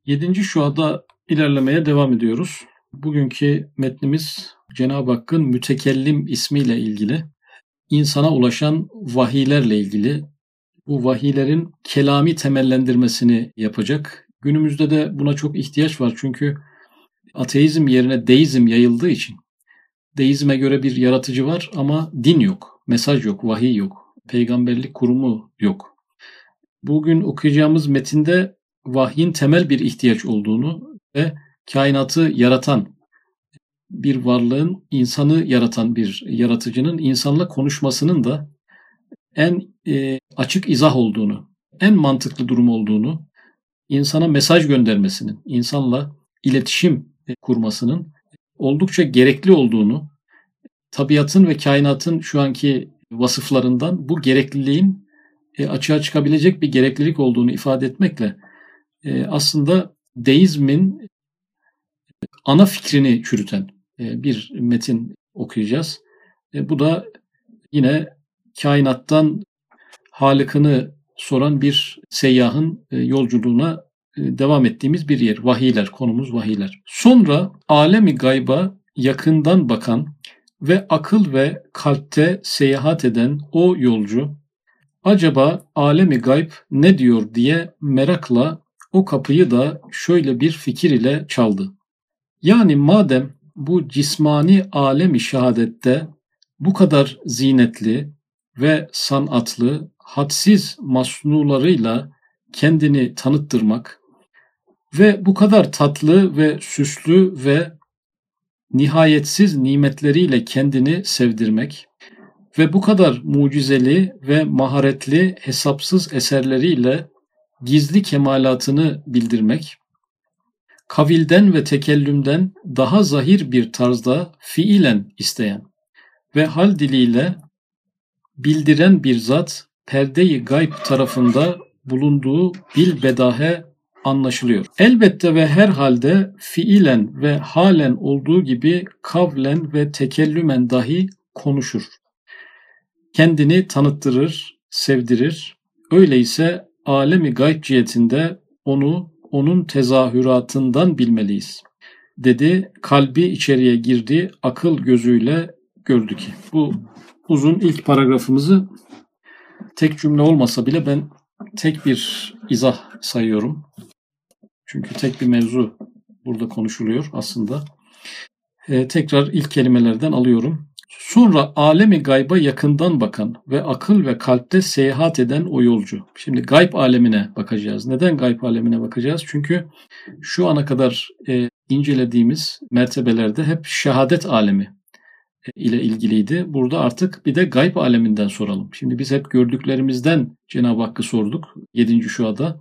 Yedinci şuada ilerlemeye devam ediyoruz. Bugünkü metnimiz Cenab-ı Hakk'ın Mütekellim ismiyle ilgili, insana ulaşan vahiylerle ilgili, bu vahiylerin kelami temellendirmesini yapacak. Günümüzde de buna çok ihtiyaç var çünkü ateizm yerine deizm yayıldığı için deizme göre bir yaratıcı var ama din yok, mesaj yok, vahiy yok, peygamberlik kurumu yok. Bugün okuyacağımız metinde vahyin temel bir ihtiyaç olduğunu ve kainatı yaratan bir varlığın, insanı yaratan bir yaratıcının insanla konuşmasının da en açık izah olduğunu, en mantıklı durum olduğunu, insana mesaj göndermesinin, insanla iletişim kurmasının oldukça gerekli olduğunu, tabiatın ve kainatın şu anki vasıflarından bu gerekliliğin açığa çıkabilecek bir gereklilik olduğunu ifade etmekle aslında deizmin ana fikrini çürüten bir metin okuyacağız. Bu da yine kainattan Halık'ını soran bir seyyahın yolculuğuna devam ettiğimiz bir yer. Vahiyler, konumuz vahiyler. Sonra alemi gayba yakından bakan ve akıl ve kalpte seyahat eden o yolcu, acaba alemi gayb ne diyor diye merakla o kapıyı da şöyle bir fikir ile çaldı. Yani madem bu cismani alemi şehadette bu kadar zinetli ve sanatlı, hadsiz masnularıyla kendini tanıttırmak ve bu kadar tatlı ve süslü ve nihayetsiz nimetleriyle kendini sevdirmek ve bu kadar mucizeli ve maharetli hesapsız eserleriyle gizli kemalatını bildirmek, kavilden ve tekellümden daha zahir bir tarzda fiilen isteyen ve hal diliyle bildiren bir zat, perde-i gayb tarafında bulunduğu bilbedahe anlaşılıyor. Elbette ve her halde fiilen ve halen olduğu gibi kavlen ve tekellümen dahi konuşur. Kendini tanıttırır, sevdirir. Öyleyse alemi gayb cihetinde onu, onun tezahüratından bilmeliyiz. Dedi, kalbi içeriye girdi, akıl gözüyle gördü ki. Bu uzun ilk paragrafımızı tek cümle olmasa bile ben tek bir izah sayıyorum. Çünkü tek bir mevzu burada konuşuluyor aslında. Tekrar ilk kelimelerden alıyorum. Sonra alemi gayba yakından bakan ve akıl ve kalpte seyahat eden o yolcu. Şimdi gayb alemine bakacağız. Neden gayb alemine bakacağız? Çünkü şu ana kadar incelediğimiz mertebelerde hep şehadet alemi ile ilgiliydi. Burada artık bir de gayb aleminden soralım. Şimdi biz hep gördüklerimizden Cenab-ı Hakk'ı sorduk 7. şuada.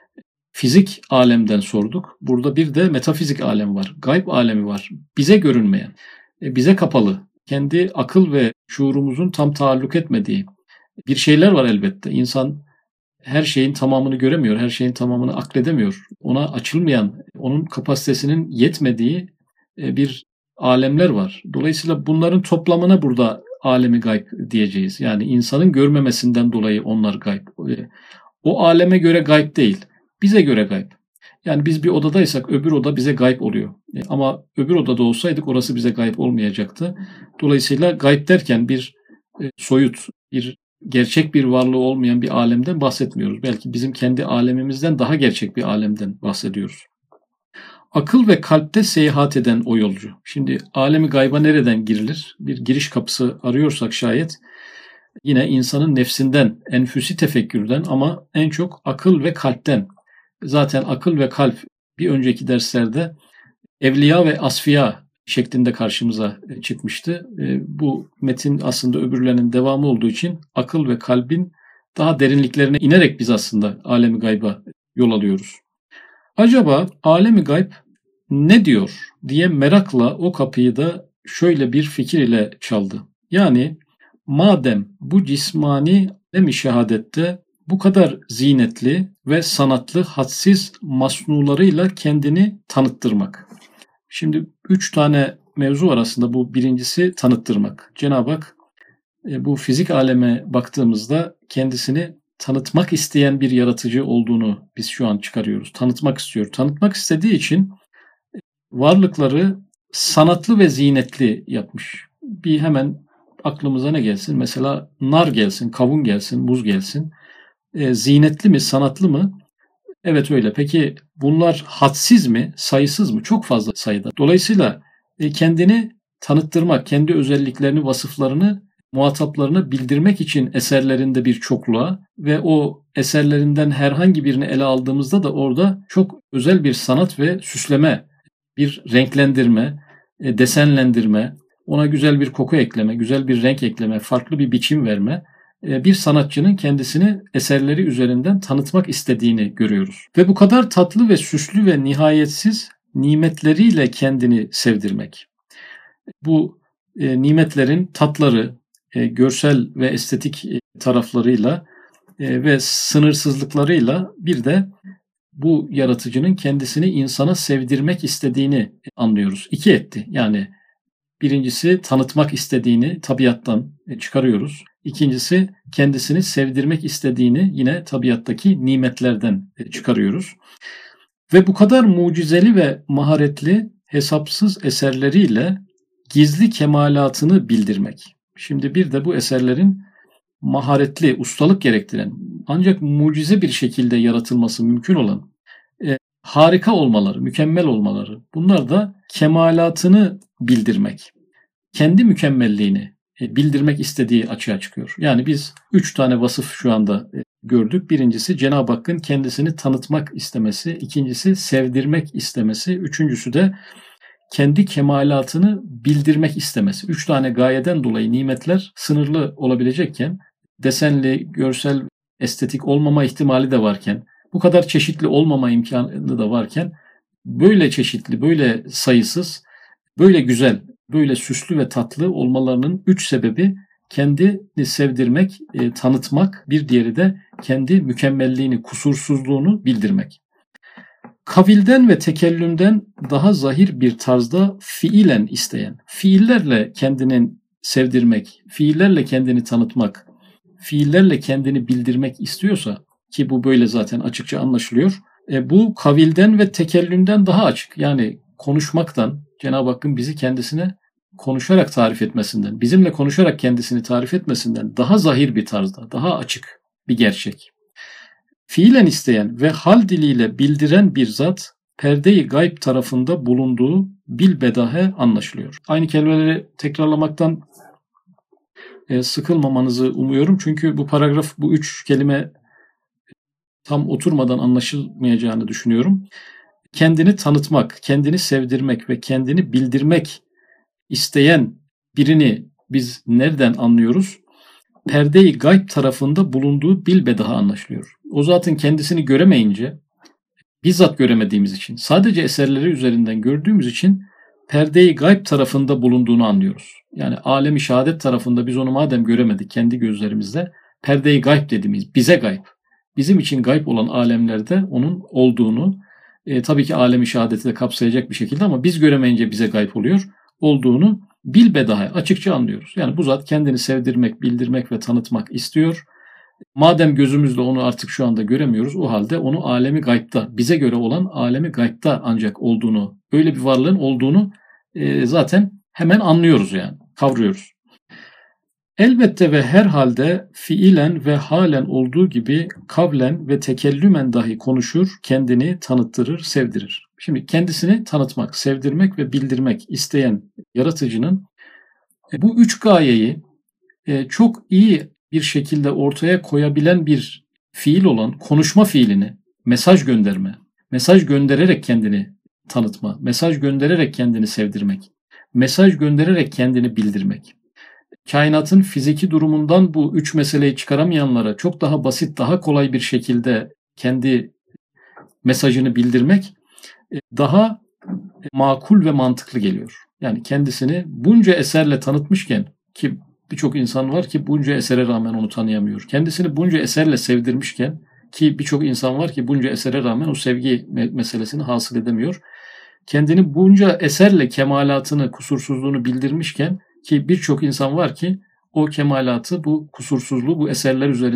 Fizik alemden sorduk. Burada bir de metafizik alem var. Gayb alemi var. Bize görünmeyen, bize kapalı, kendi akıl ve şuurumuzun tam taalluk etmediği bir şeyler var elbette. İnsan her şeyin tamamını göremiyor, her şeyin tamamını akledemiyor. Ona açılmayan, onun kapasitesinin yetmediği bir alemler var. Dolayısıyla bunların toplamına burada alemi gayb diyeceğiz. Yani insanın görmemesinden dolayı onlar gayb. O aleme göre gayb değil, bize göre gayb. Yani biz bir odadaysak öbür oda bize gayb oluyor. Ama öbür odada olsaydık orası bize gayb olmayacaktı. Dolayısıyla gayb derken bir soyut, bir gerçek bir varlığı olmayan bir alemden bahsetmiyoruz. Belki bizim kendi alemimizden daha gerçek bir alemden bahsediyoruz. Akıl ve kalpte seyahat eden o yolcu. Şimdi alemi gayba nereden girilir? Bir giriş kapısı arıyorsak şayet yine insanın nefsinden, enfüsi tefekkürden ama en çok akıl ve kalpten. Zaten akıl ve kalp bir önceki derslerde evliya ve asfiya şeklinde karşımıza çıkmıştı. Bu metin aslında öbürlerinin devamı olduğu için akıl ve kalbin daha derinliklerine inerek biz aslında alemi gayba yol alıyoruz. Acaba alemi gayb ne diyor diye merakla o kapıyı da şöyle bir fikir ile çaldı. Yani madem bu cismani alemi şehadette bu kadar zinetli ve sanatlı hadsiz masnularıyla kendini tanıttırmak. Şimdi 3 tane mevzu arasında bu birincisi tanıttırmak. Cenab-ı Hak bu fizik aleme baktığımızda kendisini tanıtmak isteyen bir yaratıcı olduğunu biz şu an çıkarıyoruz. Tanıtmak istiyor. Tanıtmak istediği için varlıkları sanatlı ve zinetli yapmış. Bir hemen aklımıza ne gelsin? Mesela nar gelsin, kavun gelsin, muz gelsin. Zinetli mi, sanatlı mı? Evet öyle. Peki bunlar hadsiz mi, sayısız mı? Çok fazla sayıda. Dolayısıyla kendini tanıttırmak, kendi özelliklerini, vasıflarını muhataplarına bildirmek için eserlerinde bir çokluğa ve o eserlerinden herhangi birini ele aldığımızda da orada çok özel bir sanat ve süsleme, bir renklendirme, desenlendirme, ona güzel bir koku ekleme, güzel bir renk ekleme, farklı bir biçim verme, bir sanatçının kendisini eserleri üzerinden tanıtmak istediğini görüyoruz. Ve bu kadar tatlı ve süslü ve nihayetsiz nimetleriyle kendini sevdirmek. Bu nimetlerin tatları, görsel ve estetik taraflarıyla ve sınırsızlıklarıyla bir de bu yaratıcının kendisini insana sevdirmek istediğini anlıyoruz. İki etti. Yani birincisi tanıtmak istediğini tabiattan çıkarıyoruz. İkincisi kendisini sevdirmek istediğini yine tabiattaki nimetlerden çıkarıyoruz. Ve bu kadar mucizeli ve maharetli hesapsız eserleriyle gizli kemalatını bildirmek. Şimdi bir de bu eserlerin maharetli, ustalık gerektiren, ancak mucize bir şekilde yaratılması mümkün olan, harika olmaları, mükemmel olmaları, bunlar da kemalatını bildirmek, kendi mükemmelliğini bildirmek istediği açığa çıkıyor. Yani biz 3 tane vasıf şu anda gördük. Birincisi Cenab-ı Hakk'ın kendisini tanıtmak istemesi, ikincisi sevdirmek istemesi, üçüncüsü de kendi kemalatını bildirmek istemesi. 3 tane gayeden dolayı nimetler sınırlı olabilecekken, desenli, görsel, estetik olmama ihtimali de varken, bu kadar çeşitli olmama imkanı da varken, böyle çeşitli, böyle sayısız, böyle güzel, böyle süslü ve tatlı olmalarının 3 sebebi kendini sevdirmek, tanıtmak, bir diğeri de kendi mükemmelliğini, kusursuzluğunu bildirmek. Kavilden ve tekellümden daha zahir bir tarzda fiilen isteyen, fiillerle kendini sevdirmek, fiillerle kendini tanıtmak, fiillerle kendini bildirmek istiyorsa, ki bu böyle zaten açıkça anlaşılıyor, bu kavilden ve tekellümden daha açık. Yani konuşmaktan, Cenab-ı Hakk'ın bizi kendisine konuşarak tarif etmesinden, bizimle konuşarak kendisini tarif etmesinden daha zahir bir tarzda, daha açık bir gerçek. Fiilen isteyen ve hal diliyle bildiren bir zat, perde-i gayb tarafında bulunduğu bilbedahe anlaşılıyor. Aynı kelimeleri tekrarlamaktan sıkılmamanızı umuyorum. Çünkü bu paragraf, bu 3 kelime tam oturmadan anlaşılmayacağını düşünüyorum. Kendini tanıtmak, kendini sevdirmek ve kendini bildirmek isteyen birini biz nereden anlıyoruz? Perde-i gayb tarafında bulunduğu bilbedaha anlaşılıyor. O zatın kendisini göremeyince, bizzat göremediğimiz için, sadece eserleri üzerinden gördüğümüz için perde-i gayb tarafında bulunduğunu anlıyoruz. Yani alem-i şehadet tarafında biz onu madem göremedik kendi gözlerimizle, perde-i gayb dediğimiz bize gayb, bizim için gayb olan alemlerde onun olduğunu, tabii ki alem-i şehadeti de kapsayacak bir şekilde ama biz göremeyince bize gayb oluyor, olduğunu bilbedahe açıkça anlıyoruz. Yani bu zat kendini sevdirmek, bildirmek ve tanıtmak istiyor. Madem gözümüzle onu artık şu anda göremiyoruz, o halde onu alemi gaybta, bize göre olan alemi gaybta ancak olduğunu, öyle bir varlığın olduğunu zaten hemen anlıyoruz yani, kavruyoruz. Elbette ve herhalde fiilen ve halen olduğu gibi kavlen ve tekellümen dahi konuşur, kendini tanıttırır, sevdirir. Şimdi kendisini tanıtmak, sevdirmek ve bildirmek isteyen yaratıcının bu 3 gayeyi çok iyi bir şekilde ortaya koyabilen bir fiil olan konuşma fiilini, mesaj gönderme, mesaj göndererek kendini tanıtma, mesaj göndererek kendini sevdirmek, mesaj göndererek kendini bildirmek. Kainatın fiziki durumundan bu 3 meseleyi çıkaramayanlara çok daha basit, daha kolay bir şekilde kendi mesajını bildirmek daha makul ve mantıklı geliyor. Yani kendisini bunca eserle tanıtmışken, ki birçok insan var ki bunca esere rağmen onu tanıyamıyor. Kendisini bunca eserle sevdirmişken, ki birçok insan var ki bunca esere rağmen o sevgi meselesini hasıl edemiyor. Kendini bunca eserle kemalatını, kusursuzluğunu bildirmişken, ki birçok insan var ki o kemalatı, bu kusursuzluğu bu eserler üzerinden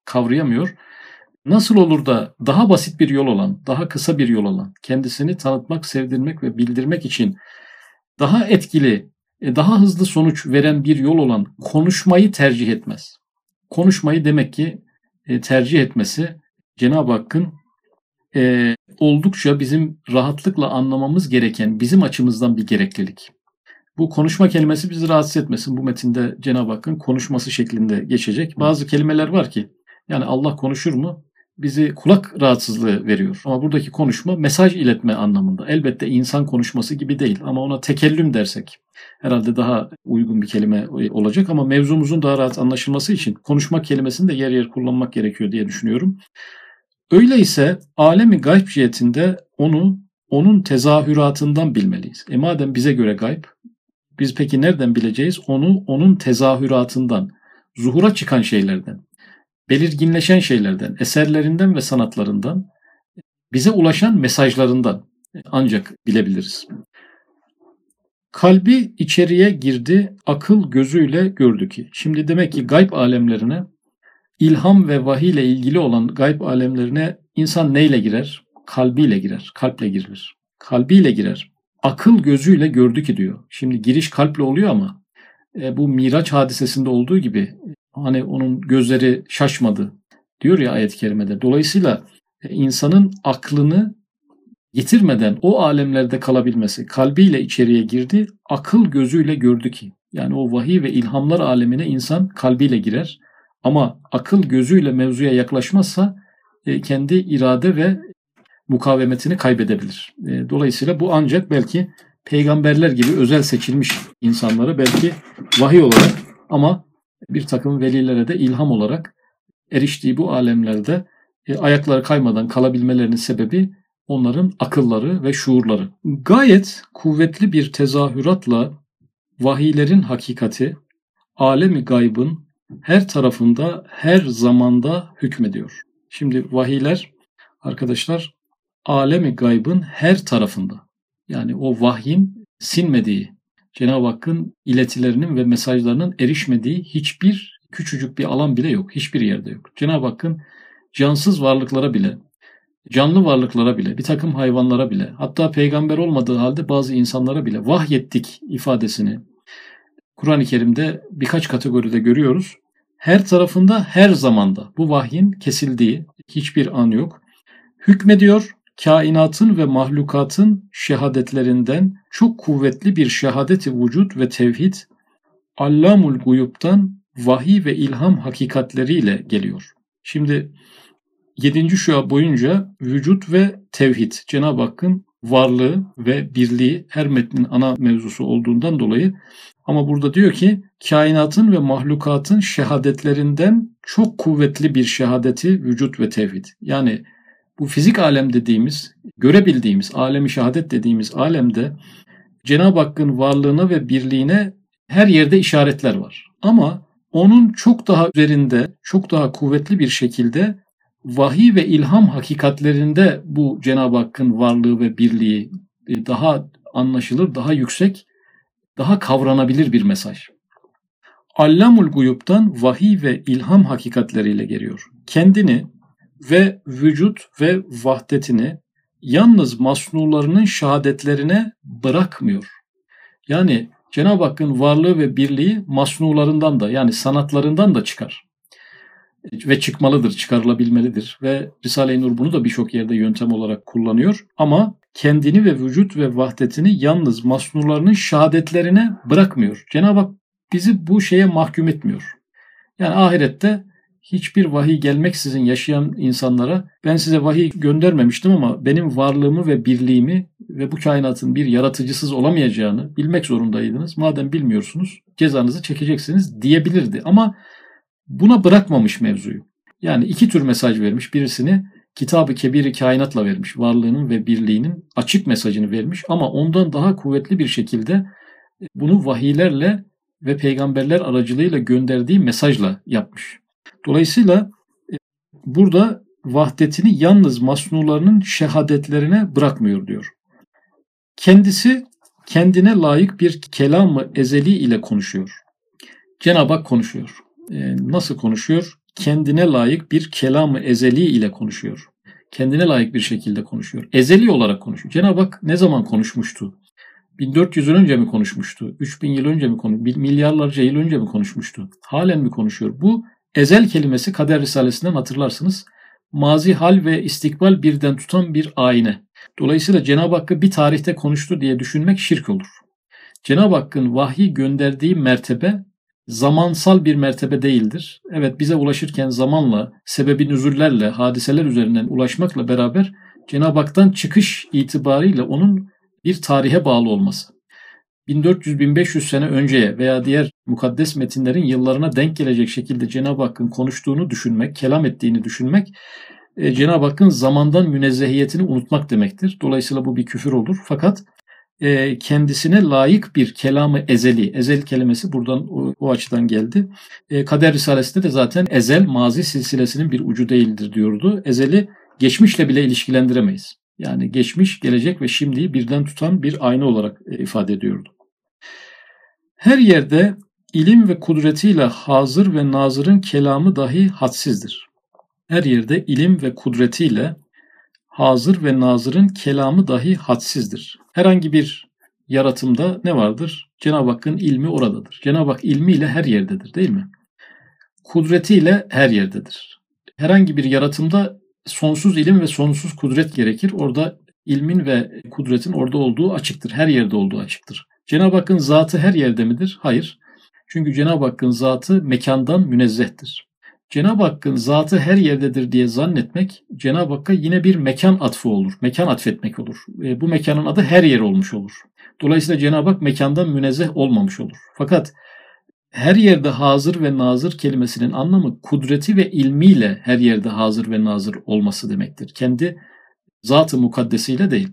kavrayamıyor. Nasıl olur da daha basit bir yol olan, daha kısa bir yol olan, kendisini tanıtmak, sevdirmek ve bildirmek için daha etkili, daha hızlı sonuç veren bir yol olan konuşmayı tercih etmez. Konuşmayı demek ki tercih etmesi Cenab-ı Hakk'ın oldukça bizim rahatlıkla anlamamız gereken, bizim açımızdan bir gereklilik. Bu konuşma kelimesi bizi rahatsız etmesin. Bu metinde Cenab-ı Hakk'ın konuşması şeklinde geçecek. Bazı kelimeler var ki, yani Allah konuşur mu? Bizi kulak rahatsızlığı veriyor. Ama buradaki konuşma mesaj iletme anlamında. Elbette insan konuşması gibi değil ama ona tekellüm dersek herhalde daha uygun bir kelime olacak ama mevzumuzun daha rahat anlaşılması için konuşma kelimesini de yer yer kullanmak gerekiyor diye düşünüyorum. Öyleyse alemi gayb cihetinde onun tezahüratından bilmeliyiz. Madem bize göre gayb, biz peki nereden bileceğiz? Onun tezahüratından, zuhura çıkan şeylerden, belirginleşen şeylerden, eserlerinden ve sanatlarından, bize ulaşan mesajlarından ancak bilebiliriz. Kalbi içeriye girdi, akıl gözüyle gördü ki. Şimdi demek ki gayb alemlerine, ilham ve vahiy ile ilgili olan gayb alemlerine insan neyle girer? Kalbiyle girer, kalple girilir. Kalbiyle girer. Akıl gözüyle gördü ki diyor. Şimdi giriş kalple oluyor ama bu Miraç hadisesinde olduğu gibi hani onun gözleri şaşmadı diyor ya ayet-i kerimede. Dolayısıyla insanın aklını yitirmeden o alemlerde kalabilmesi, kalbiyle içeriye girdi, akıl gözüyle gördü ki. Yani o vahiy ve ilhamlar alemine insan kalbiyle girer. Ama akıl gözüyle mevzuya yaklaşmazsa kendi irade ve mukavemetini kaybedebilir. Dolayısıyla bu ancak belki peygamberler gibi özel seçilmiş insanlara belki vahiy olarak ama bir takım velilere de ilham olarak eriştiği bu alemlerde ayakları kaymadan kalabilmelerinin sebebi onların akılları ve şuurları. Gayet kuvvetli bir tezahüratla vahiylerin hakikati, alemi gaybın her tarafında, her zamanda hükmediyor. Şimdi vahiyler arkadaşlar alemi gaybın her tarafında. Yani o vahyin sinmediği, Cenab-ı Hakk'ın iletilerinin ve mesajlarının erişmediği hiçbir küçücük bir alan bile yok. Hiçbir yerde yok. Cenab-ı Hakk'ın cansız varlıklara bile, canlı varlıklara bile, bir takım hayvanlara bile, hatta peygamber olmadığı halde bazı insanlara bile vahyettik ifadesini Kur'an-ı Kerim'de birkaç kategoride görüyoruz. Her tarafında, her zamanda bu vahyin kesildiği hiçbir an yok. Hükmediyor, kainatın ve mahlukatın şehadetlerinden çok kuvvetli bir şehadeti vücut ve tevhid, Allamul Guyub'dan vahiy ve ilham hakikatleriyle geliyor. Şimdi 7. şua boyunca vücut ve tevhid, Cenab-ı Hakk'ın varlığı ve birliği her metnin ana mevzusu olduğundan dolayı ama burada diyor ki kainatın ve mahlukatın şehadetlerinden çok kuvvetli bir şehadeti vücut ve tevhid. Yani bu fizik alem dediğimiz, görebildiğimiz, alemi şehadet dediğimiz alemde Cenab-ı Hakk'ın varlığına ve birliğine her yerde işaretler var. Ama onun çok daha üzerinde, çok daha kuvvetli bir şekilde vahiy ve ilham hakikatlerinde bu Cenab-ı Hakk'ın varlığı ve birliği daha anlaşılır, daha yüksek, daha kavranabilir bir mesaj. Allamul Guyub'dan vahiy ve ilham hakikatleriyle geliyor. Kendini ve vücut ve vahdetini yalnız masnularının şehadetlerine bırakmıyor. Yani Cenab-ı Hakk'ın varlığı ve birliği masnularından da yani sanatlarından da çıkar. Ve çıkmalıdır, çıkarılabilmelidir. Ve Risale-i Nur bunu da birçok yerde yöntem olarak kullanıyor. Ama kendini ve vücut ve vahdetini yalnız masnularının şehadetlerine bırakmıyor. Cenab-ı Hak bizi bu şeye mahkum etmiyor. Yani ahirette hiçbir vahiy gelmeksizin yaşayan insanlara ben size vahiy göndermemiştim ama benim varlığımı ve birliğimi ve bu kainatın bir yaratıcısız olamayacağını bilmek zorundaydınız. Madem bilmiyorsunuz cezanızı çekeceksiniz diyebilirdi ama buna bırakmamış mevzuyu. Yani iki tür mesaj vermiş. Birisini Kitab-ı Kebir-i Kainat'la vermiş. Varlığının ve birliğinin açık mesajını vermiş ama ondan daha kuvvetli bir şekilde bunu vahiylerle ve peygamberler aracılığıyla gönderdiği mesajla yapmış. Dolayısıyla burada vahdetini yalnız masnularının şehadetlerine bırakmıyor diyor. Kendisi kendine layık bir kelam-ı ezeli ile konuşuyor. Cenab-ı Hak konuşuyor. Nasıl konuşuyor? kendine layık bir kelam-ı ezeli ile konuşuyor. Kendine layık bir şekilde konuşuyor. Ezeli olarak konuşuyor. Cenab-ı Hak ne zaman konuşmuştu? 1400 yıl önce mi konuşmuştu? 3000 yıl önce mi konuşmuştu? Milyarlarca yıl önce mi konuşmuştu? Halen mi konuşuyor? Bu ezel kelimesi Kader Risalesi'nden hatırlarsınız. Mazi, hal ve istikbal birden tutan bir ayna. Dolayısıyla Cenab-ı Hakk'ı bir tarihte konuştu diye düşünmek şirk olur. Cenab-ı Hakk'ın vahyi gönderdiği mertebe zamansal bir mertebe değildir. Evet, bize ulaşırken zamanla, sebebi nüzullerle, hadiseler üzerinden ulaşmakla beraber Cenab-ı Hak'tan çıkış itibariyle onun bir tarihe bağlı olması. 1400-1500 sene önceye veya diğer mukaddes metinlerin yıllarına denk gelecek şekilde Cenab-ı Hakk'ın konuştuğunu düşünmek, kelam ettiğini düşünmek, Cenab-ı Hakk'ın zamandan münezzehiyetini unutmak demektir. Dolayısıyla bu bir küfür olur. Fakat kendisine layık bir kelamı ezeli, ezel kelimesi buradan o açıdan geldi. Kader Risalesi'nde de zaten ezel mazi silsilesinin bir ucu değildir diyordu. Ezeli geçmişle bile ilişkilendiremeyiz. Yani geçmiş, gelecek ve şimdiyi birden tutan bir ayna olarak ifade ediyordu. Her yerde ilim ve kudretiyle hazır ve nazırın kelamı dahi hadsizdir. Her yerde ilim ve kudretiyle hazır ve nazırın kelamı dahi hadsizdir. Herhangi bir yaratımda ne vardır? Cenab-ı Hakk'ın ilmi oradadır. Cenab-ı Hak ilmiyle her yerdedir, değil mi? Kudretiyle her yerdedir. Herhangi bir yaratımda sonsuz ilim ve sonsuz kudret gerekir. Orada ilmin ve kudretin orada olduğu açıktır. Her yerde olduğu açıktır. Cenab-ı Hakk'ın zatı her yerde midir? Hayır. Çünkü Cenab-ı Hakk'ın zatı mekandan münezzehtir. Cenab-ı Hakk'ın zatı her yerdedir diye zannetmek Cenab-ı Hakk'a yine bir mekan atfı olur. Mekan atfetmek olur. Bu mekanın adı her yer olmuş olur. Dolayısıyla Cenab-ı Hak mekandan münezzeh olmamış olur. Fakat her yerde hazır ve nazır kelimesinin anlamı kudreti ve ilmiyle her yerde hazır ve nazır olması demektir. Kendi zat-ı mukaddesiyle değil.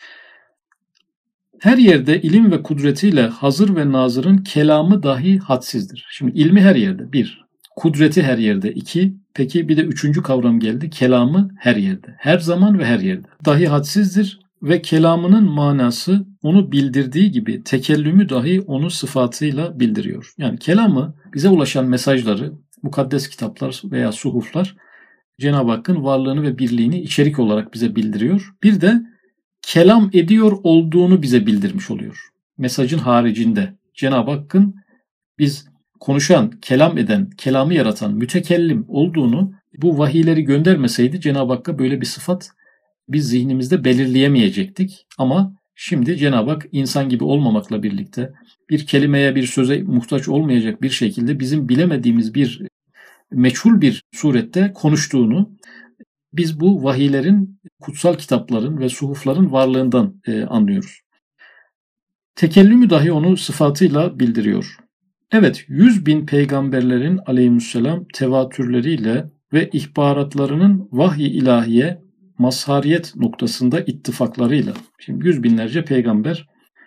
Her yerde ilim ve kudretiyle hazır ve nazırın kelamı dahi hadsizdir. Şimdi ilmi her yerde. Bir. Kudreti her yerde. İki. Peki bir de üçüncü kavram geldi. Kelamı her yerde. Her zaman ve her yerde. Dahi hadsizdir ve kelamının manası onu bildirdiği gibi tekellümü dahi onu sıfatıyla bildiriyor. Yani kelamı, bize ulaşan mesajları, mukaddes kitaplar veya suhuflar Cenab-ı Hakk'ın varlığını ve birliğini içerik olarak bize bildiriyor. Bir de kelam ediyor olduğunu bize bildirmiş oluyor. Mesajın haricinde Cenab-ı Hakk'ın biz konuşan, kelam eden, kelamı yaratan, mütekellim olduğunu bu vahiyleri göndermeseydi Cenab-ı Hakk'a böyle bir sıfat biz zihnimizde belirleyemeyecektik. Ama şimdi Cenab-ı Hak insan gibi olmamakla birlikte bir kelimeye, bir söze muhtaç olmayacak bir şekilde bizim bilemediğimiz bir meçhul bir surette konuştuğunu biz bu vahiylerin, kutsal kitapların ve suhufların varlığından anlıyoruz. Tekellümü dahi onu sıfatıyla bildiriyor. Evet, 100.000 peygamberlerin aleyhisselam tevatürleriyle ve ihbaratlarının vahiy ilahiye mazhariyet noktasında ittifaklarıyla. Şimdi 100.000'lerce peygamber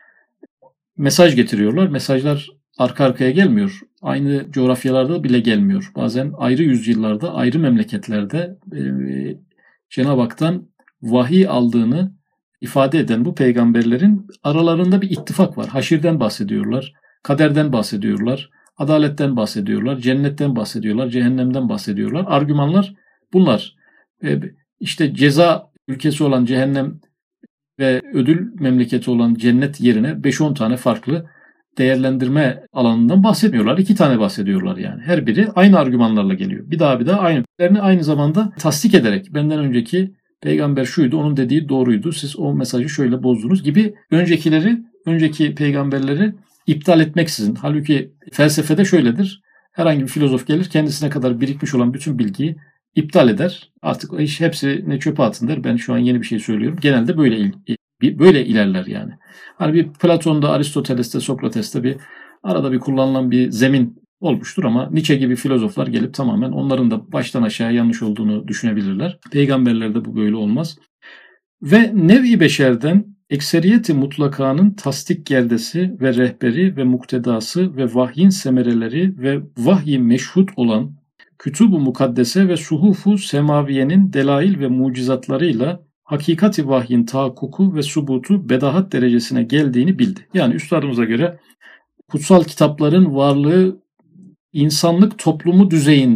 mesaj getiriyorlar. Mesajlar arka arkaya gelmiyor. Aynı coğrafyalarda bile gelmiyor. Bazen ayrı yüzyıllarda, ayrı memleketlerde Cenab-ı Hak'tan vahiy aldığını ifade eden bu peygamberlerin aralarında bir ittifak var. Haşirden bahsediyorlar, kaderden bahsediyorlar, adaletten bahsediyorlar, cennetten bahsediyorlar, cehennemden bahsediyorlar. Argümanlar bunlar. İşte ceza ülkesi olan cehennem ve ödül memleketi olan cennet yerine 5-10 tane farklı değerlendirme alanından bahsetmiyorlar. 2 tane bahsediyorlar yani. Her biri aynı argümanlarla geliyor. Bir daha aynı zamanda tasdik ederek benden önceki peygamber şuydu, onun dediği doğruydu. Siz o mesajı şöyle bozdunuz gibi önceki peygamberleri iptal etmeksizin. Halbuki felsefede şöyledir. Herhangi bir filozof gelir, kendisine kadar birikmiş olan bütün bilgiyi iptal eder. Artık iş hepsini çöpe atın der. Ben şu an yeni bir şey söylüyorum. Genelde böyle ilerler yani. Hani bir Platon'da, Aristoteles'te, Sokrates'te arada bir kullanılan bir zemin olmuştur ama Nietzsche gibi filozoflar gelip tamamen onların da baştan aşağı yanlış olduğunu düşünebilirler. Peygamberlerde bu böyle olmaz. Ve nev-i beşerden ekseriyeti mutlakanın tasdik gerdesi ve rehberi ve muktedası ve vahyin semereleri ve vahyi meşhud olan kütub-u mukaddese ve suhufu semaviyenin delail ve mucizatlarıyla hakikati vahyin tahakkuku ve subutu bedahat derecesine geldiğini bildi. Yani üstadımıza göre kutsal kitapların varlığı insanlık toplumu düzeyinde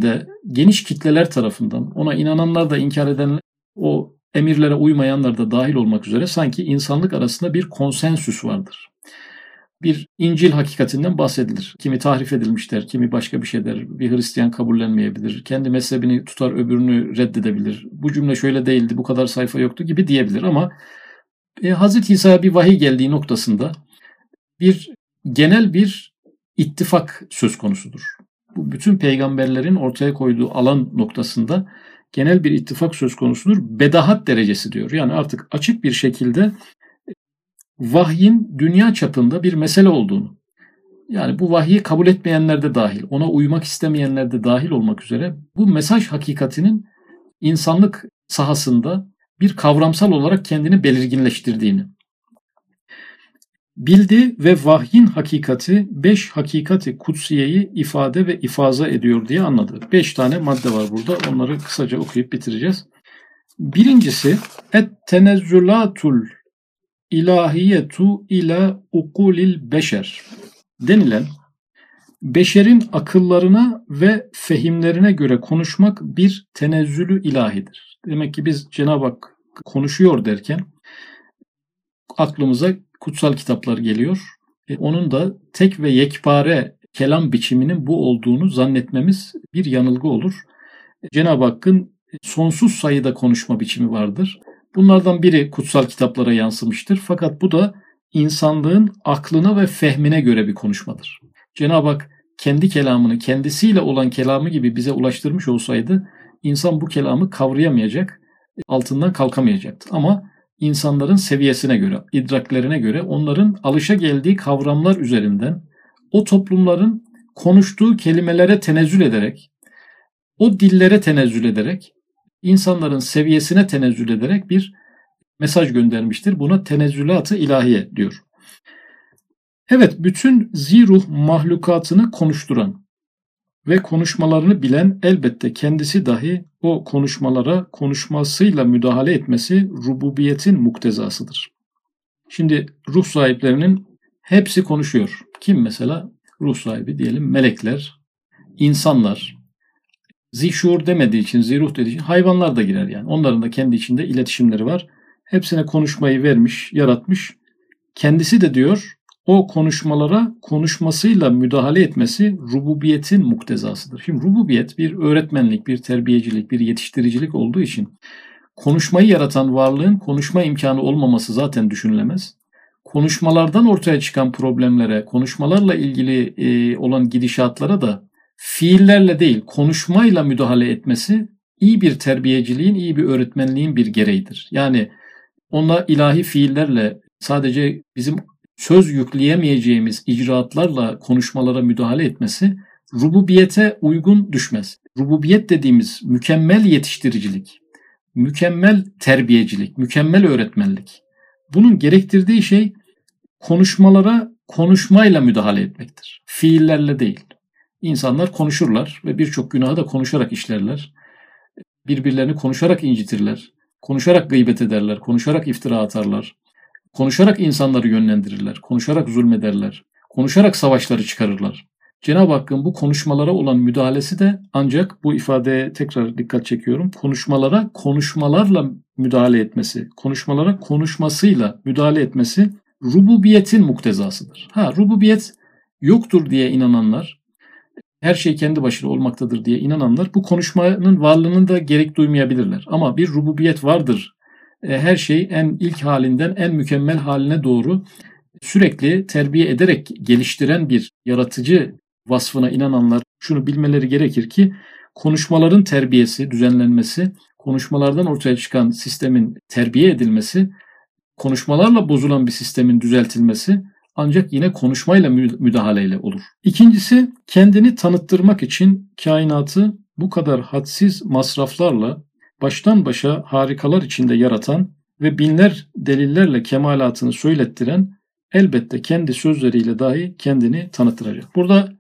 geniş kitleler tarafından, ona inananlar da inkar edenler, o emirlere uymayanlar da dahil olmak üzere sanki insanlık arasında bir konsensüs vardır. Bir İncil hakikatinden bahsedilir. Kimi tahrif edilmiş der, kimi başka bir şey der. Bir Hristiyan kabullenmeyebilir. Kendi mezhebini tutar, öbürünü reddedebilir. Bu cümle şöyle değildi, bu kadar sayfa yoktu gibi diyebilir ama Hazreti İsa'ya bir vahiy geldiği noktasında genel bir ittifak söz konusudur. Bu bütün peygamberlerin ortaya koyduğu alan noktasında genel bir ittifak söz konusudur. Bedahat derecesi diyor. Yani artık açık bir şekilde vahyin dünya çapında bir mesele olduğunu, yani bu vahyi kabul etmeyenler de dahil, ona uymak istemeyenler de dahil olmak üzere bu mesaj hakikatinin insanlık sahasında bir kavramsal olarak kendini belirginleştirdiğini bildi ve vahyin hakikati 5 hakikati kutsiyeyi ifade ve ifaza ediyor diye anladı. 5 tane madde var burada. Onları kısaca okuyup bitireceğiz. Birincisi et-tenezzülatul ilahiyetu ila ukulil beşer denilen, beşerin akıllarına ve fehimlerine göre konuşmak bir tenezzülü ilahidir. Demek ki biz Cenab-ı Hak konuşuyor derken aklımıza kutsal kitaplar geliyor. Onun da tek ve yekpare kelam biçiminin bu olduğunu zannetmemiz bir yanılgı olur. Cenab-ı Hakk'ın sonsuz sayıda konuşma biçimi vardır. Bunlardan biri kutsal kitaplara yansımıştır. Fakat bu da insanlığın aklına ve fehmine göre bir konuşmadır. Cenab-ı Hak kendi kelamını, kendisiyle olan kelamı gibi bize ulaştırmış olsaydı insan bu kelamı kavrayamayacak, altından kalkamayacaktı. Ama insanların seviyesine göre, idraklerine göre, onların alışageldiği kavramlar üzerinden o toplumların konuştuğu kelimelere tenezzül ederek, o dillere tenezzül ederek, insanların seviyesine tenezzül ederek bir mesaj göndermiştir. Buna tenezzülat-ı ilahiye diyor. Evet, bütün ziruh mahlukatını konuşturan ve konuşmalarını bilen, elbette kendisi dahi o konuşmalara konuşmasıyla müdahale etmesi rububiyetin muktezasıdır. Şimdi ruh sahiplerinin hepsi konuşuyor. Kim mesela? Ruh sahibi diyelim, melekler, insanlar, zişur demediği için, ziruh dediği için hayvanlar da girer yani. Onların da kendi içinde iletişimleri var. Hepsine konuşmayı vermiş, yaratmış. Kendisi de diyor, o konuşmalara konuşmasıyla müdahale etmesi rububiyetin muktezasıdır. Şimdi rububiyet bir öğretmenlik, bir terbiyecilik, bir yetiştiricilik olduğu için konuşmayı yaratan varlığın konuşma imkanı olmaması zaten düşünülemez. Konuşmalardan ortaya çıkan problemlere, konuşmalarla ilgili olan gidişatlara da fiillerle değil, konuşmayla müdahale etmesi iyi bir terbiyeciliğin, iyi bir öğretmenliğin bir gereğidir. Yani ona ilahi fiillerle, sadece bizim söz yükleyemeyeceğimiz icraatlarla konuşmalara müdahale etmesi rububiyete uygun düşmez. Rububiyet dediğimiz mükemmel yetiştiricilik, mükemmel terbiyecilik, mükemmel öğretmenlik. Bunun gerektirdiği şey konuşmalara konuşmayla müdahale etmektir. Fiillerle değil. İnsanlar konuşurlar ve birçok günahı da konuşarak işlerler. Birbirlerini konuşarak incitirler. Konuşarak gıybet ederler. Konuşarak iftira atarlar. Konuşarak insanları yönlendirirler. Konuşarak zulmederler. Konuşarak savaşları çıkarırlar. Cenab-ı Hakk'ın bu konuşmalara olan müdahalesi de ancak, bu ifadeye tekrar dikkat çekiyorum, konuşmalara konuşmalarla müdahale etmesi, konuşmalara konuşmasıyla müdahale etmesi rububiyetin muktezasıdır. Rububiyet yoktur diye inananlar, her şey kendi başına olmaktadır diye inananlar bu konuşmanın varlığını da gerek duymayabilirler. Ama bir rububiyet vardır. Her şey en ilk halinden en mükemmel haline doğru sürekli terbiye ederek geliştiren bir yaratıcı vasfına inananlar şunu bilmeleri gerekir ki konuşmaların terbiyesi, düzenlenmesi, konuşmalardan ortaya çıkan sistemin terbiye edilmesi, konuşmalarla bozulan bir sistemin düzeltilmesi ancak yine konuşmayla müdahaleyle olur. İkincisi, kendini tanıttırmak için kainatı bu kadar hadsiz masraflarla baştan başa harikalar içinde yaratan ve binler delillerle kemalatını söylettiren, elbette kendi sözleriyle dahi kendini tanıttıracak. Burada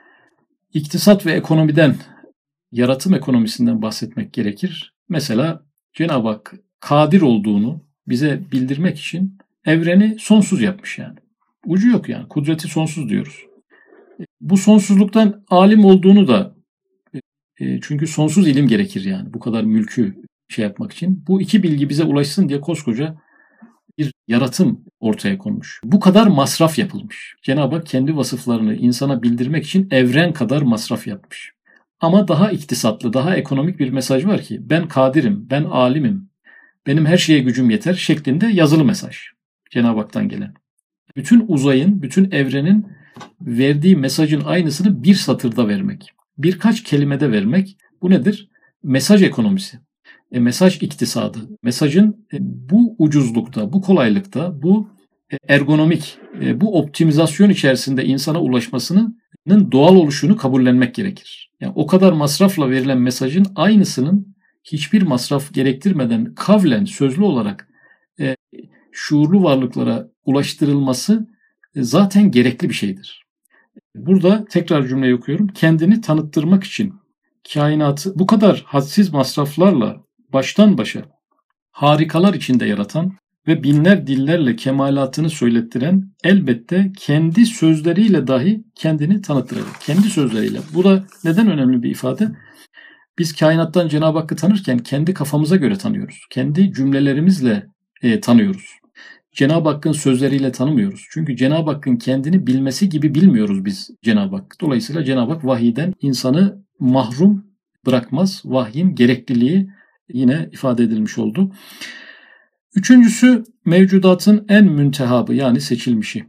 iktisat ve ekonomiden, yaratım ekonomisinden bahsetmek gerekir. Mesela Cenab-ı Hak kadir olduğunu bize bildirmek için evreni sonsuz yapmış yani. Ucu yok yani. Kudreti sonsuz diyoruz. Bu sonsuzluktan alim olduğunu da Çünkü sonsuz ilim gerekir yani bu kadar mülkü şey yapmak için. Bu iki bilgi bize ulaşsın diye koskoca bir yaratım ortaya konmuş. Bu kadar masraf yapılmış. Cenab-ı Hak kendi vasıflarını insana bildirmek için evren kadar masraf yapmış. Ama daha iktisatlı, daha ekonomik bir mesaj var ki ben kadirim, ben alimim, benim her şeye gücüm yeter şeklinde yazılı mesaj. Cenab-ı Hak'tan gelen. Bütün uzayın, bütün evrenin verdiği mesajın aynısını bir satırda vermek. Birkaç kelimede vermek. Bu nedir? Mesaj ekonomisi. Mesaj iktisadı. Mesajın bu ucuzlukta, bu kolaylıkta, bu ergonomik, bu optimizasyon içerisinde insana ulaşmasının doğal oluşunu kabullenmek gerekir. Yani o kadar masrafla verilen mesajın aynısının hiçbir masraf gerektirmeden kavlen, sözlü olarak şuurlu varlıklara ulaştırılması zaten gerekli bir şeydir. Burada tekrar cümleyi okuyorum. Kendini tanıttırmak için kainatı bu kadar hadsiz masraflarla baştan başa harikalar içinde yaratan ve binler dillerle kemalatını söylettiren elbette kendi sözleriyle dahi kendini tanıttıracak. Kendi sözleriyle. Bu da neden önemli bir ifade? Biz kainattan Cenab-ı Hakk'ı tanırken kendi kafamıza göre tanıyoruz. Kendi cümlelerimizle tanıyoruz. Cenab-ı Hakk'ın sözleriyle tanımıyoruz. Çünkü Cenab-ı Hakk'ın kendini bilmesi gibi bilmiyoruz biz Cenab-ı Hak. Dolayısıyla Cenab-ı Hak vahiyden insanı mahrum bırakmaz. Vahyin gerekliliği yine ifade edilmiş oldu. Üçüncüsü mevcudatın en müntehabı yani seçilmişi.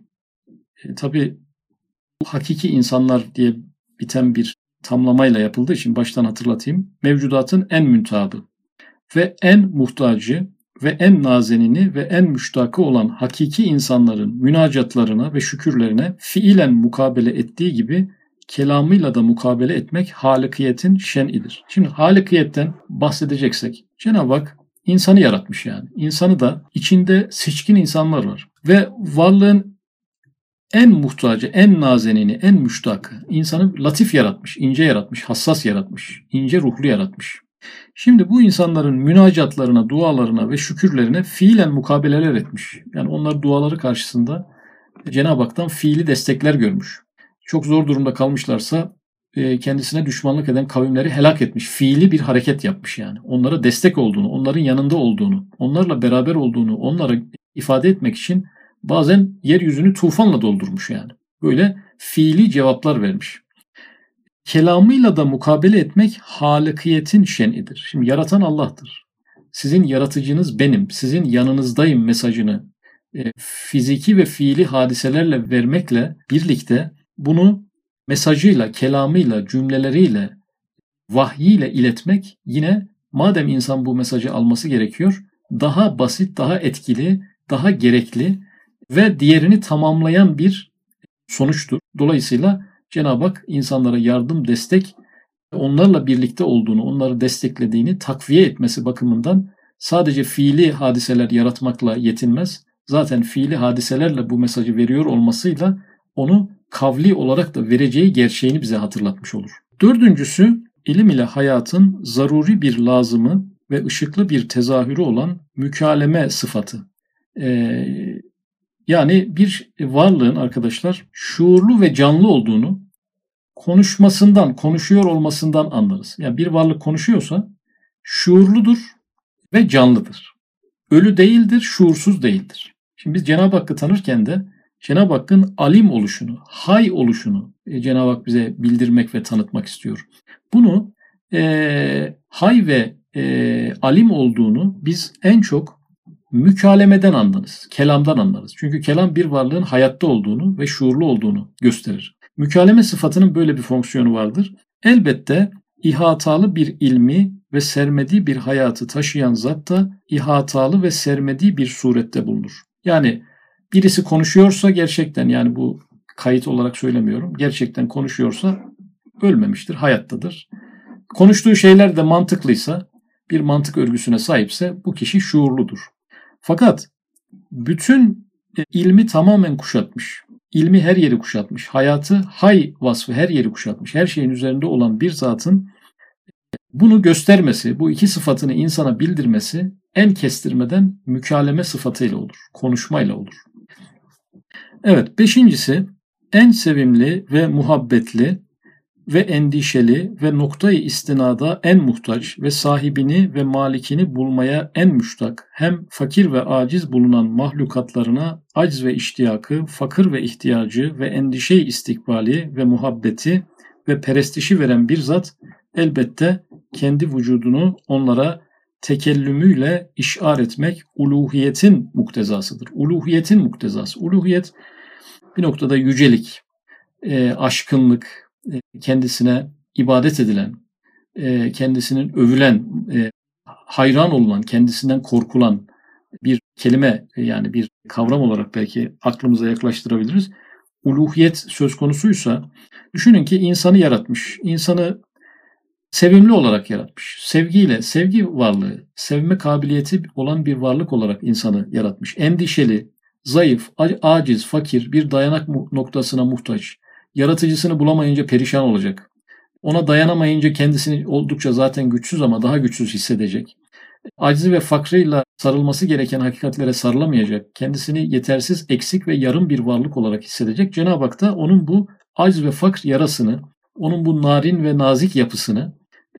Tabii bu hakiki insanlar diye biten bir tamlamayla yapıldığı için baştan hatırlatayım. Mevcudatın en müntehabı ve en muhtacı ve en nazenini ve en müştakı olan hakiki insanların münacatlarına ve şükürlerine fiilen mukabele ettiği gibi kelamıyla da mukabele etmek halikiyetin şen'idir. Şimdi halikiyetten bahsedeceksek Cenab-ı Hak insanı yaratmış yani. İnsanı da içinde seçkin insanlar var. Ve varlığın en muhtacı, en nazenini, en müştakı insanı latif yaratmış, ince yaratmış, hassas yaratmış, ince ruhlu yaratmış. Şimdi bu insanların münacatlarına, dualarına ve şükürlerine fiilen mukabeleler etmiş. Yani onlar duaları karşısında Cenab-ı Hak'tan fiili destekler görmüş. Çok zor durumda kalmışlarsa kendisine düşmanlık eden kavimleri helak etmiş. Fiili bir hareket yapmış yani. Onlara destek olduğunu, onların yanında olduğunu, onlarla beraber olduğunu, onlara ifade etmek için bazen yeryüzünü tufanla doldurmuş yani. Böyle fiili cevaplar vermiş. Kelamıyla da mukabele etmek halikiyetin şen'idir. Şimdi yaratan Allah'tır. Sizin yaratıcınız benim, sizin yanınızdayım mesajını fiziki ve fiili hadiselerle vermekle birlikte bunu mesajıyla, kelamıyla, cümleleriyle, vahyiyle iletmek yine madem insan bu mesajı alması gerekiyor, daha basit, daha etkili, daha gerekli ve diğerini tamamlayan bir sonuçtur. Dolayısıyla Cenab-ı Hak insanlara yardım, destek, onlarla birlikte olduğunu, onları desteklediğini takviye etmesi bakımından sadece fiili hadiseler yaratmakla yetinmez. Zaten fiili hadiselerle bu mesajı veriyor olmasıyla onu kavli olarak da vereceği gerçeğini bize hatırlatmış olur. Dördüncüsü, ilim ile hayatın zaruri bir lazımı ve ışıklı bir tezahürü olan mükaleme sıfatı. Yani bir varlığın arkadaşlar şuurlu ve canlı olduğunu konuşmasından, konuşuyor olmasından anlarız. Yani bir varlık konuşuyorsa şuurludur ve canlıdır. Ölü değildir, şuursuz değildir. Şimdi biz Cenab-ı Hakk'ı tanırken de Cenab-ı Hakk'ın alim oluşunu, hay oluşunu Cenab-ı Hak bize bildirmek ve tanıtmak istiyor. Bunu hay ve alim olduğunu biz en çok mükalemeden anlarız, kelamdan anlarız. Çünkü kelam bir varlığın hayatta olduğunu ve şuurlu olduğunu gösterir. Mükaleme sıfatının böyle bir fonksiyonu vardır. Elbette ihatalı bir ilmi ve sermediği bir hayatı taşıyan zat da ihatalı ve sermediği bir surette bulunur. Yani birisi konuşuyorsa gerçekten, yani bu kayıt olarak söylemiyorum, gerçekten konuşuyorsa ölmemiştir, hayattadır. Konuştuğu şeyler de mantıklıysa, bir mantık örgüsüne sahipse bu kişi şuurludur. Fakat bütün ilmi tamamen kuşatmış, ilmi her yeri kuşatmış, hayatı hay vasfı her yeri kuşatmış, her şeyin üzerinde olan bir zatın bunu göstermesi, bu iki sıfatını insana bildirmesi en kestirmeden mükaleme sıfatıyla olur, konuşmayla olur. Evet, beşincisi en sevimli ve muhabbetli ve endişeli ve noktayı istinada en muhtaç ve sahibini ve malikini bulmaya en müştak, hem fakir ve aciz bulunan mahlukatlarına acz ve iştiyakı, fakir ve ihtiyacı ve endişe-i istikbali ve muhabbeti ve perestişi veren bir zat elbette kendi vücudunu onlara tekellümüyle işar etmek uluhiyetin muktezasıdır. Uluhiyetin muktezası. Uluhiyet bir noktada yücelik, aşkınlık, kendisine ibadet edilen, kendisinin övülen, hayran olunan, kendisinden korkulan bir kelime, yani bir kavram olarak belki aklımıza yaklaştırabiliriz. Uluhiyet söz konusuysa, düşünün ki insanı yaratmış, insanı sevimli olarak yaratmış, sevgiyle, sevgi varlığı, sevme kabiliyeti olan bir varlık olarak insanı yaratmış. Endişeli, zayıf, aciz, fakir, bir dayanak noktasına muhtaç, yaratıcısını bulamayınca perişan olacak. Ona dayanamayınca kendisini oldukça zaten güçsüz ama daha güçsüz hissedecek. Acizi ve fakrıyla sarılması gereken hakikatlere sarılamayacak. Kendisini yetersiz, eksik ve yarım bir varlık olarak hissedecek. Cenab-ı Hak da onun bu aciz ve fakr yarasını, onun bu narin ve nazik yapısını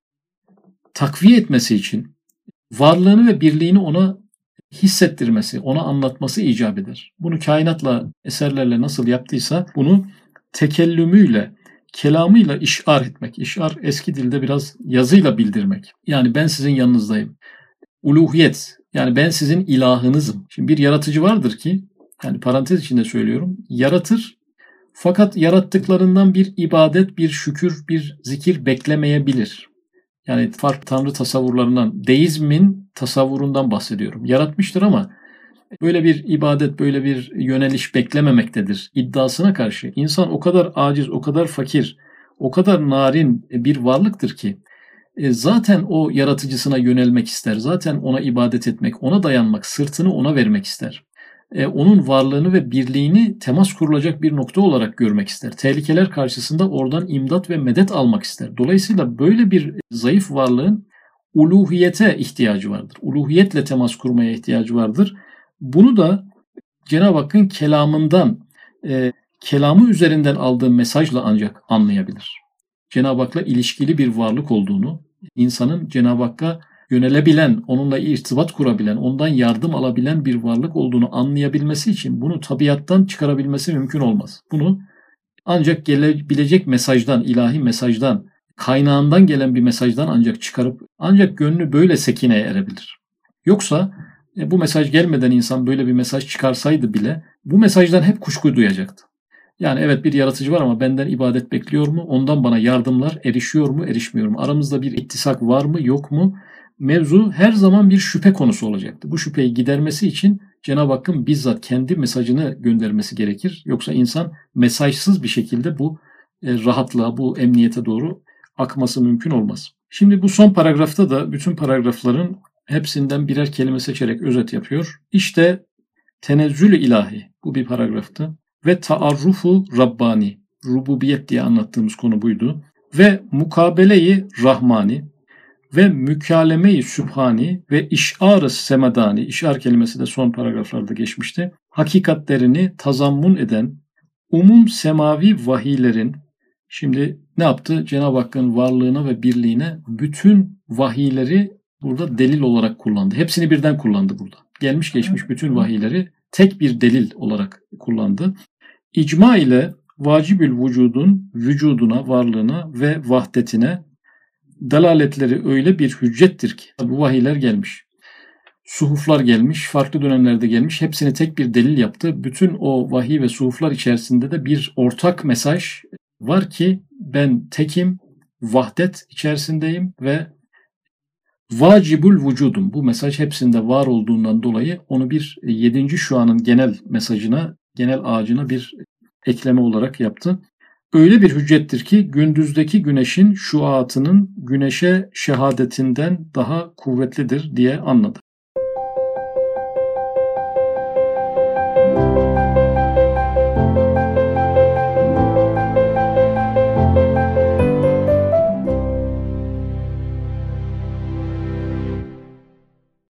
takviye etmesi için varlığını ve birliğini ona hissettirmesi, ona anlatması icap eder. Bunu kainatla, eserlerle nasıl yaptıysa bunu tekellümüyle, kelamıyla işar etmek. İşar eski dilde biraz yazıyla bildirmek. Yani ben sizin yanınızdayım. Uluhiyet, yani ben sizin ilahınızım. Şimdi bir yaratıcı vardır ki, yani parantez içinde söylüyorum, yaratır fakat yarattıklarından bir ibadet, bir şükür, bir zikir beklemeyebilir. Yani farklı tanrı tasavvurlarından, deizmin tasavvurundan bahsediyorum. Yaratmıştır ama böyle bir ibadet, böyle bir yöneliş beklememektedir iddiasına karşı. İnsan o kadar aciz, o kadar fakir, o kadar narin bir varlıktır ki zaten o yaratıcısına yönelmek ister. Zaten ona ibadet etmek, ona dayanmak, sırtını ona vermek ister. Onun varlığını ve birliğini temas kurulacak bir nokta olarak görmek ister. Tehlikeler karşısında oradan imdat ve medet almak ister. Dolayısıyla böyle bir zayıf varlığın uluhiyete ihtiyacı vardır. Uluhiyetle temas kurmaya ihtiyacı vardır. Bunu da Cenab-ı Hakk'ın kelamından, kelamı üzerinden aldığı mesajla ancak anlayabilir. Cenab-ı Hak'la ilişkili bir varlık olduğunu, insanın Cenab-ı Hakk'a yönelebilen, onunla irtibat kurabilen, ondan yardım alabilen bir varlık olduğunu anlayabilmesi için bunu tabiattan çıkarabilmesi mümkün olmaz. Bunu ancak gelebilecek mesajdan, ilahi mesajdan, kaynağından gelen bir mesajdan ancak çıkarıp, ancak gönlü böyle sekineye erebilir. Yoksa bu mesaj gelmeden insan böyle bir mesaj çıkarsaydı bile bu mesajdan hep kuşku duyacaktı. Yani evet bir yaratıcı var ama benden ibadet bekliyor mu? Ondan bana yardımlar erişiyor mu, erişmiyor mu? Aramızda bir ittisak var mı, yok mu? Mevzu her zaman bir şüphe konusu olacaktı. Bu şüpheyi gidermesi için Cenab-ı Hakk'ın bizzat kendi mesajını göndermesi gerekir. Yoksa insan mesajsız bir şekilde bu rahatlığa, bu emniyete doğru akması mümkün olmaz. Şimdi bu son paragrafta da bütün paragrafların hepsinden birer kelime seçerek özet yapıyor. İşte tenezzül-i ilahi, bu bir paragraftı. Ve taarrufu Rabbani, rububiyet diye anlattığımız konu buydu. Ve mukabele-i Rahmani ve mükalemeyi Sübhani ve işar-ı Semedani, işar kelimesi de son paragraflarda geçmişti. Hakikatlerini tazammun eden umum semavi vahiylerin, şimdi ne yaptı? Cenab-ı Hakk'ın varlığına ve birliğine bütün vahiyleri burada delil olarak kullandı. Hepsini birden kullandı burada. Gelmiş geçmiş bütün vahiyleri tek bir delil olarak kullandı. İcma ile vacibül vücudun vücuduna, varlığına ve vahdetine delaletleri öyle bir hüccettir ki bu vahiyler gelmiş. Suhuflar gelmiş, farklı dönemlerde gelmiş. Hepsini tek bir delil yaptı. Bütün o vahiy ve suhuflar içerisinde de bir ortak mesaj var ki ben tekim, vahdet içerisindeyim ve vacibül vücudum. Bu mesaj hepsinde var olduğundan dolayı onu bir 7. şuanın genel mesajına, genel ağacına bir ekleme olarak yaptı. Öyle bir hüccettir ki gündüzdeki güneşin şuatının güneşe şehadetinden daha kuvvetlidir diye anladı.